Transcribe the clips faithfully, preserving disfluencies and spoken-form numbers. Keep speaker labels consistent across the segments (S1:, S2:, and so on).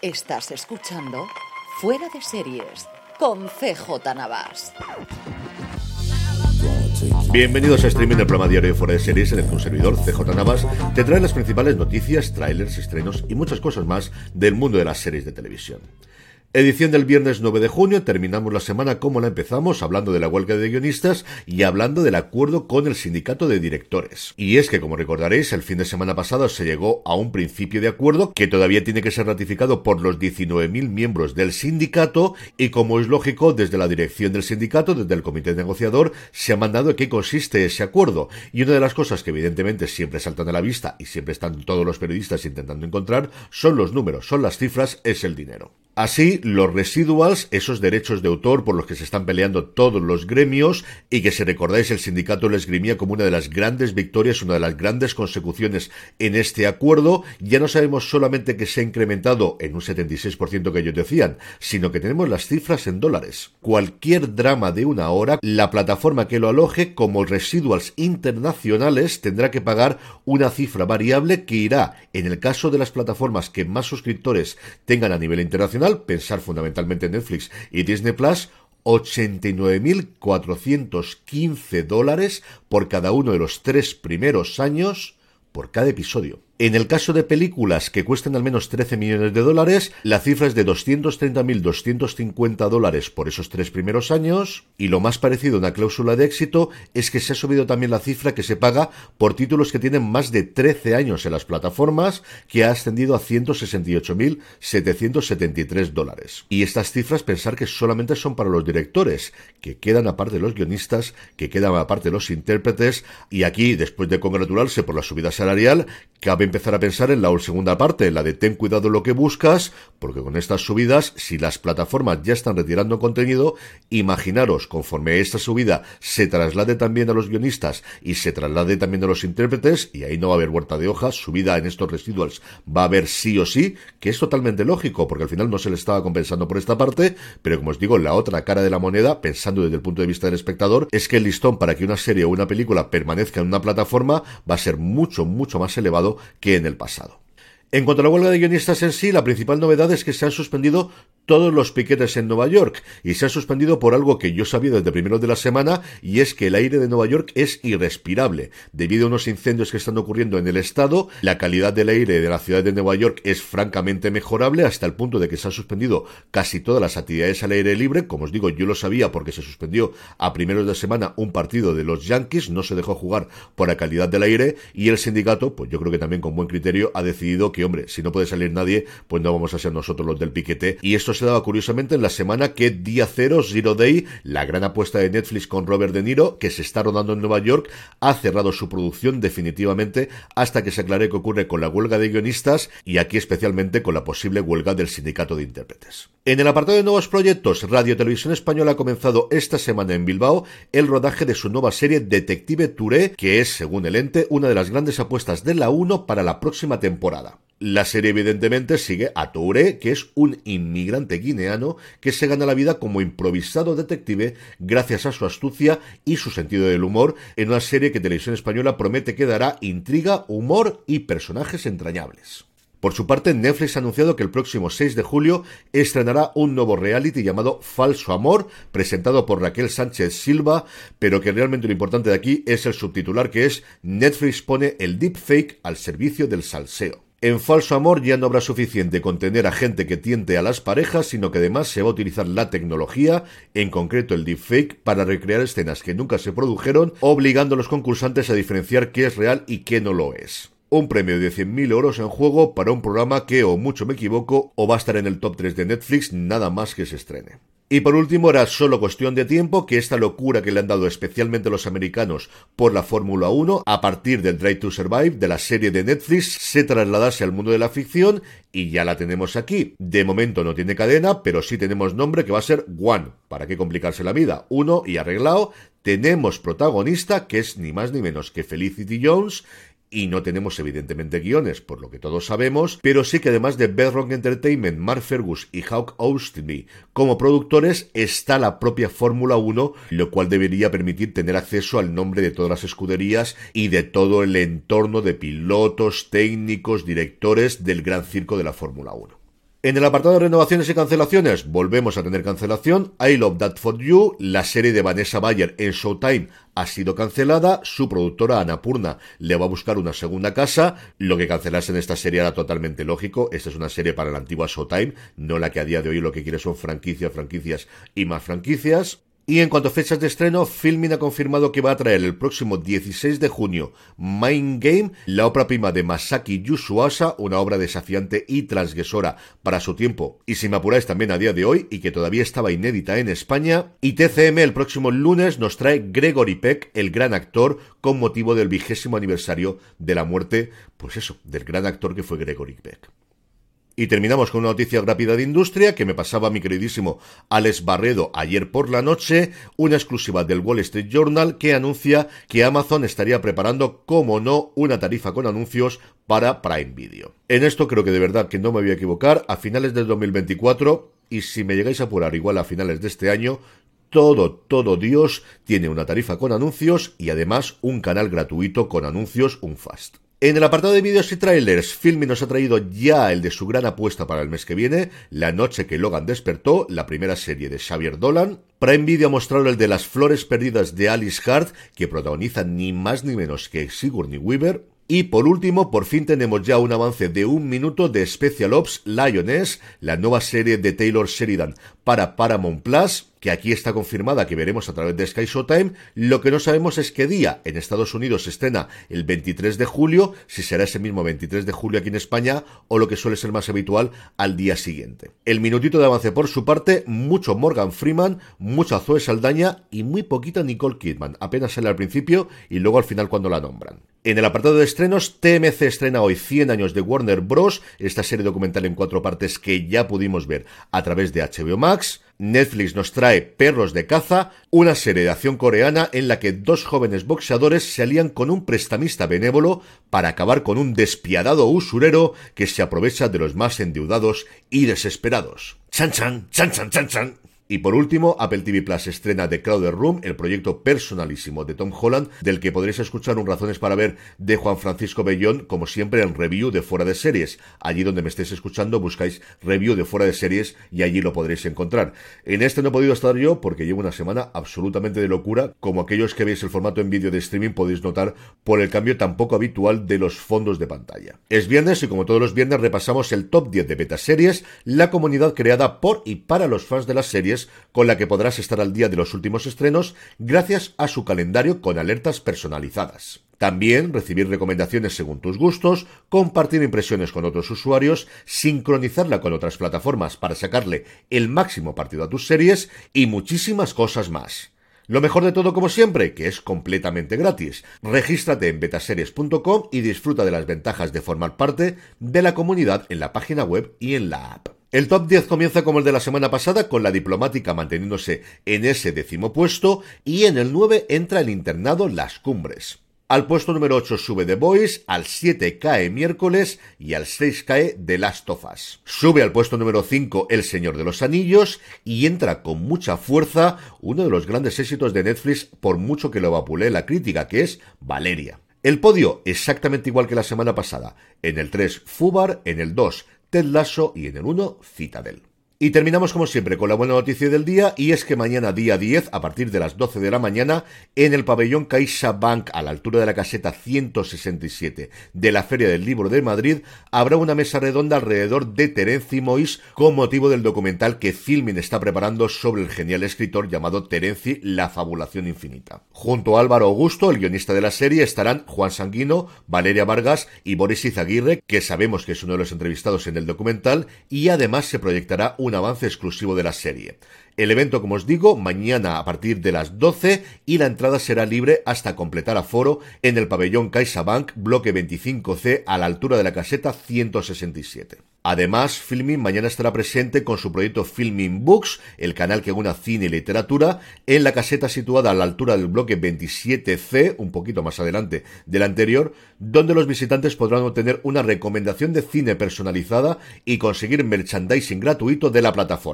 S1: Estás escuchando Fuera de Series con C J Navas.
S2: Bienvenidos a Streaming, el programa diario de Fuera de Series, en el que un servidor, C J Navas, te trae las principales noticias, trailers, estrenos y muchas cosas más del mundo de las series de televisión. Edición del viernes nueve de junio, terminamos la semana como la empezamos, hablando de la huelga de guionistas y hablando del acuerdo con el sindicato de directores. Y es que, como recordaréis, el fin de semana pasado se llegó a un principio de acuerdo que todavía tiene que ser ratificado por los diecinueve mil miembros del sindicato y, como es lógico, desde la dirección del sindicato, desde el comité negociador, se ha mandado en qué consiste ese acuerdo. Y una de las cosas que evidentemente siempre saltan a la vista y siempre están todos los periodistas intentando encontrar son los números, son las cifras, es el dinero. Así, los residuals, esos derechos de autor por los que se están peleando todos los gremios y que, si recordáis, el sindicato lo esgrimía como una de las grandes victorias, una de las grandes consecuciones en este acuerdo, ya no sabemos solamente que se ha incrementado en un setenta y seis por ciento que ellos decían, sino que tenemos las cifras en dólares. Cualquier drama de una hora, la plataforma que lo aloje, como residuals internacionales, tendrá que pagar una cifra variable que irá, en el caso de las plataformas que más suscriptores tengan a nivel internacional, pensar fundamentalmente en Netflix y Disney Plus, ochenta y nueve mil cuatrocientos quince dólares por cada uno de los tres primeros años por cada episodio. En el caso de películas que cuesten al menos trece millones de dólares, la cifra es de doscientos treinta mil doscientos cincuenta dólares por esos tres primeros años, y lo más parecido a una cláusula de éxito es que se ha subido también la cifra que se paga por títulos que tienen más de trece años en las plataformas, que ha ascendido a ciento sesenta y ocho mil setecientos setenta y tres dólares. Y estas cifras, pensar que solamente son para los directores, que quedan aparte los guionistas, que quedan aparte los intérpretes, y aquí, después de congratularse por la subida salarial, cabe empezar a pensar en la segunda parte, la de ten cuidado lo que buscas, porque con estas subidas, si las plataformas ya están retirando contenido, imaginaros, conforme esta subida se traslade también a los guionistas y se traslade también a los intérpretes, y ahí no va a haber vuelta de hoja, subida en estos residuals va a haber sí o sí, que es totalmente lógico, porque al final no se le estaba compensando por esta parte, pero como os digo, la otra cara de la moneda, pensando desde el punto de vista del espectador, es que el listón para que una serie o una película permanezca en una plataforma va a ser mucho, mucho más elevado que en el pasado. En cuanto a la huelga de guionistas en sí, la principal novedad es que se han suspendido todos los piquetes en Nueva York, y se ha suspendido por algo que yo sabía desde primeros de la semana, y es que el aire de Nueva York es irrespirable. Debido a unos incendios que están ocurriendo en el estado, la calidad del aire de la ciudad de Nueva York es francamente mejorable, hasta el punto de que se han suspendido casi todas las actividades al aire libre. Como os digo, yo lo sabía porque se suspendió a primeros de semana un partido de los Yankees, no se dejó jugar por la calidad del aire, y el sindicato, pues yo creo que también con buen criterio, ha decidido que, hombre, si no puede salir nadie, pues no vamos a ser nosotros los del piquete. Y esto se daba curiosamente en la semana que Día Cero, Zero Day, la gran apuesta de Netflix con Robert De Niro, que se está rodando en Nueva York, ha cerrado su producción definitivamente hasta que se aclare qué ocurre con la huelga de guionistas y aquí especialmente con la posible huelga del sindicato de intérpretes. En el apartado de nuevos proyectos, Radio Televisión Española ha comenzado esta semana en Bilbao el rodaje de su nueva serie Detective Touré, que es, según el ente, una de las grandes apuestas de la uno para la próxima temporada. La serie evidentemente sigue a Touré, que es un inmigrante guineano que se gana la vida como improvisado detective gracias a su astucia y su sentido del humor, en una serie que Televisión Española promete que dará intriga, humor y personajes entrañables. Por su parte, Netflix ha anunciado que el próximo seis de julio estrenará un nuevo reality llamado Falso Amor, presentado por Raquel Sánchez Silva, pero que realmente lo importante de aquí es el subtitular, que es Netflix pone el deepfake al servicio del salseo. En Falso Amor ya no habrá suficiente con tener a gente que tiente a las parejas, sino que además se va a utilizar la tecnología, en concreto el deepfake, para recrear escenas que nunca se produjeron, obligando a los concursantes a diferenciar qué es real y qué no lo es. Un premio de cien mil euros en juego para un programa que, o mucho me equivoco, o va a estar en el top tres de Netflix nada más que se estrene. Y por último, era solo cuestión de tiempo que esta locura que le han dado especialmente los americanos por la Fórmula uno, a partir del Drive to Survive, de la serie de Netflix, se trasladase al mundo de la ficción, y ya la tenemos aquí. De momento no tiene cadena, pero sí tenemos nombre, que va a ser One. ¿Para qué complicarse la vida? Uno y arreglado. Tenemos protagonista, que es ni más ni menos que Felicity Jones, y no tenemos evidentemente guiones, por lo que todos sabemos, pero sí que además de Bedrock Entertainment, Mark Fergus y Hawk Ostby como productores, está la propia Fórmula uno, lo cual debería permitir tener acceso al nombre de todas las escuderías y de todo el entorno de pilotos, técnicos, directores del gran circo de la Fórmula uno. En el apartado de renovaciones y cancelaciones, volvemos a tener cancelación. I Love That For You, la serie de Vanessa Bayer en Showtime, ha sido cancelada. Su productora Annapurna le va a buscar una segunda casa. Lo que cancelase en esta serie era totalmente lógico. Esta es una serie para la antigua Showtime, no la que a día de hoy lo que quiere son franquicias, franquicias y más franquicias. Y en cuanto a fechas de estreno, Filmin ha confirmado que va a traer el próximo dieciséis de junio Mind Game, la ópera prima de Masaki Yasuoka, una obra desafiante y transgresora para su tiempo, y si me apuráis también a día de hoy, y que todavía estaba inédita en España. Y T C M el próximo lunes nos trae Gregory Peck, el gran actor, con motivo del vigésimo aniversario de la muerte, pues eso, del gran actor que fue Gregory Peck. Y terminamos con una noticia rápida de industria que me pasaba mi queridísimo Alex Barredo ayer por la noche, una exclusiva del Wall Street Journal que anuncia que Amazon estaría preparando, como no, una tarifa con anuncios para Prime Video. En esto creo que de verdad que no me voy a equivocar, a finales del dos mil veinticuatro, y si me llegáis a apurar igual a finales de este año, todo, todo Dios tiene una tarifa con anuncios y además un canal gratuito con anuncios, un Fast. En el apartado de vídeos y trailers, Filmin nos ha traído ya el de su gran apuesta para el mes que viene, La noche que Logan despertó, la primera serie de Xavier Dolan. Prime Video ha mostrado el de Las flores perdidas de Alice Hart, que protagoniza ni más ni menos que Sigourney Weaver. Y por último, por fin tenemos ya un avance de un minuto de Special Ops Lioness, la nueva serie de Taylor Sheridan para Paramount Plus, que aquí está confirmada que veremos a través de Sky Showtime. Lo que no sabemos es qué día. En Estados Unidos se estrena el veintitrés de julio, si será ese mismo veintitrés de julio aquí en España, o lo que suele ser más habitual, al día siguiente. El minutito de avance por su parte, mucho Morgan Freeman, mucha Zoe Saldaña y muy poquita Nicole Kidman. Apenas sale al principio y luego al final cuando la nombran. En el apartado de estrenos, T M C estrena hoy cien años de Warner Bros., esta serie documental en cuatro partes que ya pudimos ver a través de H B O Max. Netflix nos trae Perros de caza, una serie de acción coreana en la que dos jóvenes boxeadores se alían con un prestamista benévolo para acabar con un despiadado usurero que se aprovecha de los más endeudados y desesperados. ¡Chan, chan, chan, chan, chan, chan! Y por último, Apple T V Plus estrena The Crowded Room, el proyecto personalísimo de Tom Holland, del que podréis escuchar un Razones para Ver de Juan Francisco Bellón, como siempre en review de Fuera de Series. Allí donde me estéis escuchando buscáis review de Fuera de Series y allí lo podréis encontrar. En este no he podido estar yo porque llevo una semana absolutamente de locura, como aquellos que veis el formato en vídeo de streaming podéis notar por el cambio tan poco habitual de los fondos de pantalla. Es viernes y como todos los viernes repasamos el top diez de Beta Series, la comunidad creada por y para los fans de las series, con la que podrás estar al día de los últimos estrenos gracias a su calendario con alertas personalizadas. También recibir recomendaciones según tus gustos, compartir impresiones con otros usuarios, sincronizarla con otras plataformas para sacarle el máximo partido a tus series y muchísimas cosas más. Lo mejor de todo, como siempre, que es completamente gratis. Regístrate en betaseries punto com y disfruta de las ventajas de formar parte de la comunidad en la página web y en la app. El top diez comienza como el de la semana pasada, con la diplomática manteniéndose en ese décimo puesto, y en el nueve entra el internado Las Cumbres. Al puesto número ocho sube The Boys, al siete cae Miércoles y al seis cae The Last of Us. Sube al puesto número cinco El Señor de los Anillos y entra con mucha fuerza uno de los grandes éxitos de Netflix, por mucho que lo vapulee la crítica, que es Valeria. El podio exactamente igual que la semana pasada. En el tres Fubar, en el dos Ted Lasso y en el uno Citadel. Y terminamos como siempre con la buena noticia del día, y es que mañana día diez, a partir de las doce de la mañana, en el pabellón CaixaBank, a la altura de la caseta ciento sesenta y siete de la Feria del Libro de Madrid, habrá una mesa redonda alrededor de Terence Moix con motivo del documental que Filmin está preparando sobre el genial escritor llamado Terence, La fabulación infinita. Junto a Álvaro Augusto, el guionista de la serie, estarán Juan Sanguino, Valeria Vargas y Boris Izaguirre, que sabemos que es uno de los entrevistados en el documental, y además se proyectará un avance exclusivo de la serie. El evento, como os digo, mañana a partir de las doce, y la entrada será libre hasta completar aforo en el pabellón CaixaBank, bloque veinticinco ce, a la altura de la caseta ciento sesenta y siete. Además, Filmin mañana estará presente con su proyecto Filmin Books, el canal que une cine y literatura, en la caseta situada a la altura del bloque veintisiete ce, un poquito más adelante del anterior, donde los visitantes podrán obtener una recomendación de cine personalizada y conseguir merchandising gratuito de la plataforma.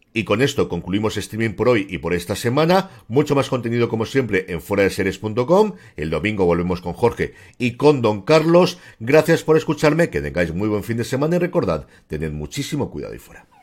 S2: Y con esto concluimos streaming por hoy y por esta semana. Mucho más contenido como siempre en fuera de series punto com. El domingo volvemos con Jorge y con Don Carlos. Gracias por escucharme, que tengáis muy buen fin de semana y recordad, tened muchísimo cuidado ahí fuera.